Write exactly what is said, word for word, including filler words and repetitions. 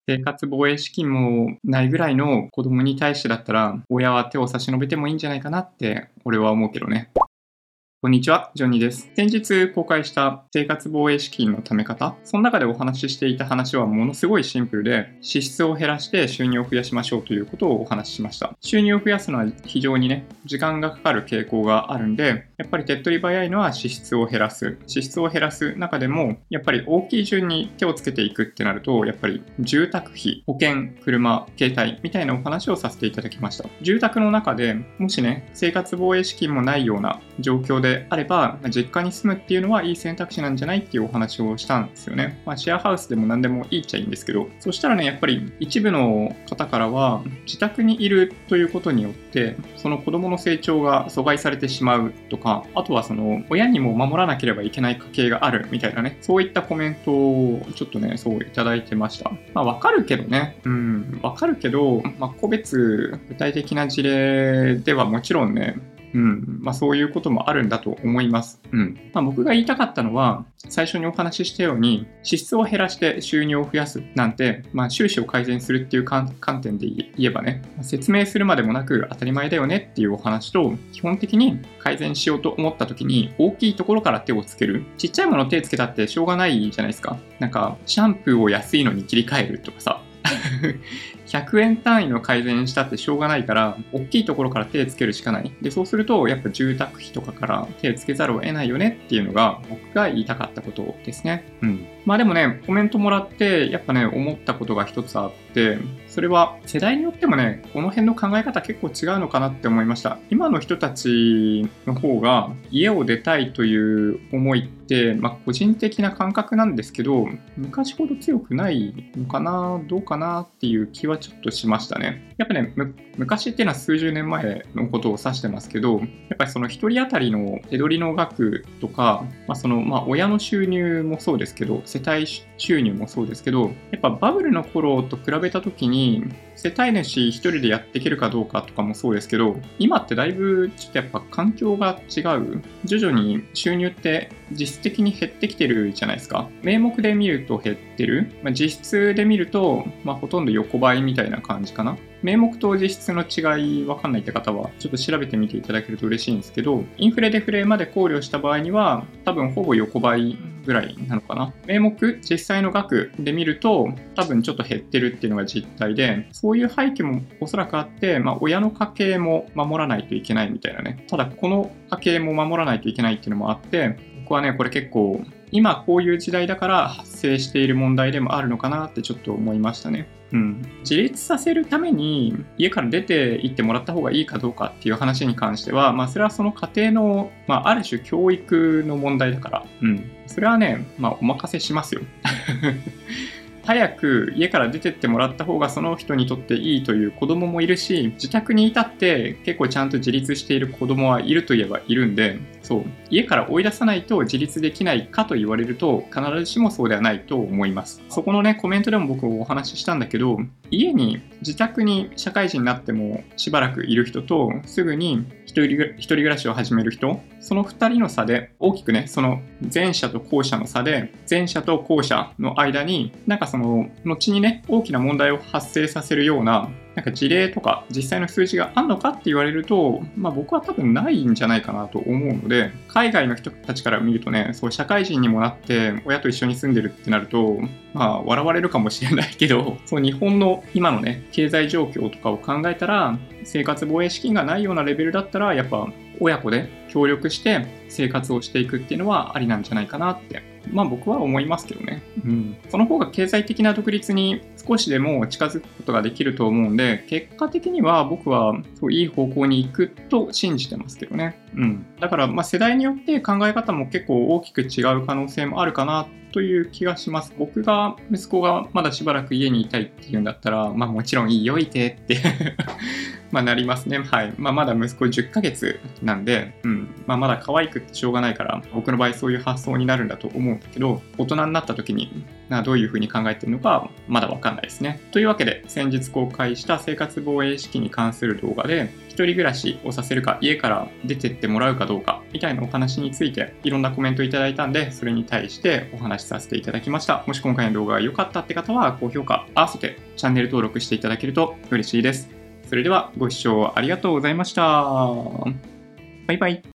生活防衛資金もないぐらいの子供に対してだったら、親は手を差し伸べてもいいんじゃないかなって俺は思うけどね。こんにちは、ジョニーです。先日公開した生活防衛資金の貯め方、その中でお話ししていた話はものすごいシンプルで、支出を減らして収入を増やしましょうということをお話ししました。収入を増やすのは非常にね、時間がかかる傾向があるんで、やっぱり手っ取り早いのは支出を減らす。支出を減らす中でも、やっぱり大きい順に手をつけていくってなると、やっぱり住宅費、保険、車、携帯みたいなお話をさせていただきました。住宅の中でもしね、生活防衛資金もないような状況であれば、実家に住むっていうのはいい選択肢なんじゃないっていうお話をしたんですよね。まあ、シェアハウスでも何でもいいっちゃいいんですけど、そしたらね、やっぱり一部の方からは、自宅にいるということによって、その子供の成長が阻害されてしまうとか、あとはその親にも守らなければいけない家計があるみたいなね、そういったコメントをちょっとね、そういただいてました。まあ、わかるけどね、うん、わかるけど、まあ、個別具体的な事例ではもちろんね、うんまあ、そういうこともあるんだと思います。うんまあ、僕が言いたかったのは、最初にお話ししたように、支出を減らして収入を増やすなんて、まあ、収支を改善するっていう観点で言えばね、説明するまでもなく当たり前だよねっていうお話と、基本的に改善しようと思った時に、大きいところから手をつける。ちっちゃいもの手つけたってしょうがないじゃないですか。なんか、シャンプーを安いのに切り替えるとかさ。ひゃくえん単位の改善したってしょうがないから、大きいところから手つけるしかない。で、そうすると、やっぱ住宅費とかから手つけざるを得ないよねっていうのが、僕が言いたかったことですね。うん。まあでもね、コメントもらって、やっぱね、思ったことが一つあって、それは世代によってもね、この辺の考え方結構違うのかなって思いました。今の人たちの方が、家を出たいという思いって、まあ個人的な感覚なんですけど、昔ほど強くないのかな、どうかなっていう気はちょっとしましたね。やっぱね、昔っていうのは数十年前のことを指してますけど、やっぱりその一人当たりの手取りの額とか、まあ、そのまあ親の収入もそうですけど、世帯収入もそうですけど、やっぱバブルの頃と比べたときに、世帯主一人でやっていけるかどうかとかもそうですけど、今ってだいぶちょっとやっぱ環境が違う。徐々に収入って実質的に減ってきてるじゃないですか。名目で見ると減ってる。まあ、実質で見ると、まあ、ほとんど横ばいみたいな感じかな。名目と実質の違い分かんないって方はちょっと調べてみていただけると嬉しいんですけど、インフレデフレまで考慮した場合には多分ほぼ横ばいぐらいなのかな。名目実際の額で見ると多分ちょっと減ってるっていうのが実態で、そういう背景もおそらくあって、まあ、親の家計も守らないといけないみたいなね。ただこの家計も守らないといけないっていうのもあって、僕はねこれ結構今こういう時代だから発生している問題でもあるのかなってちょっと思いましたね。うん、自立させるために家から出て行ってもらった方がいいかどうかっていう話に関しては、まあそれはその家庭の、まあある種教育の問題だから、うん、それはね、まあお任せしますよ。早く家から出てってもらった方がその人にとっていいという子供もいるし、自宅にいたって結構ちゃんと自立している子供はいるといえばいるんで、そう、家から追い出さないと自立できないかと言われると必ずしもそうではないと思います。そこのね、コメントでも僕お話ししたんだけど、家に自宅に社会人になってもしばらくいる人と、すぐに一人一人暮らしを始める人、そのふたりの差で大きくね、その前者と後者の差で、前者と後者の間になんかその後にね、大きな問題を発生させるようななんか事例とか実際の数字があるのかって言われると、まあ僕は多分ないんじゃないかなと思うので、海外の人たちから見るとね、そう社会人にもなって親と一緒に住んでるってなると、まあ笑われるかもしれないけど、そう日本の今のね、経済状況とかを考えたら、生活防衛資金がないようなレベルだったら、やっぱ親子で協力して生活をしていくっていうのはありなんじゃないかなって。まあ僕は思いますけどね。うん。その方が経済的な独立に少しでも近づくことができると思うんで、結果的には僕はそういい方向に行くと信じてますけどね。うん。だからまあ世代によって考え方も結構大きく違う可能性もあるかなという気がします。僕が息子がまだしばらく家にいたいっていうんだったら、まあもちろんいいよいてってまあなりますね。はい。まあまだ息子じゅっかげつなんで、うん。 、まあ、まだ可愛くってしょうがないから、僕の場合そういう発想になるんだと思うんだけど、大人になった時になどういうふうに考えてるのかまだわかんないですね。というわけで、先日公開した生活防衛意識に関する動画で、一人暮らしをさせるか、家から出てってもらうかどうか、みたいなお話についていろんなコメントいただいたんで、それに対してお話しさせていただきました。もし今回の動画が良かったって方は、高評価、合わせてチャンネル登録していただけると嬉しいです。それではご視聴ありがとうございました。バイバイ。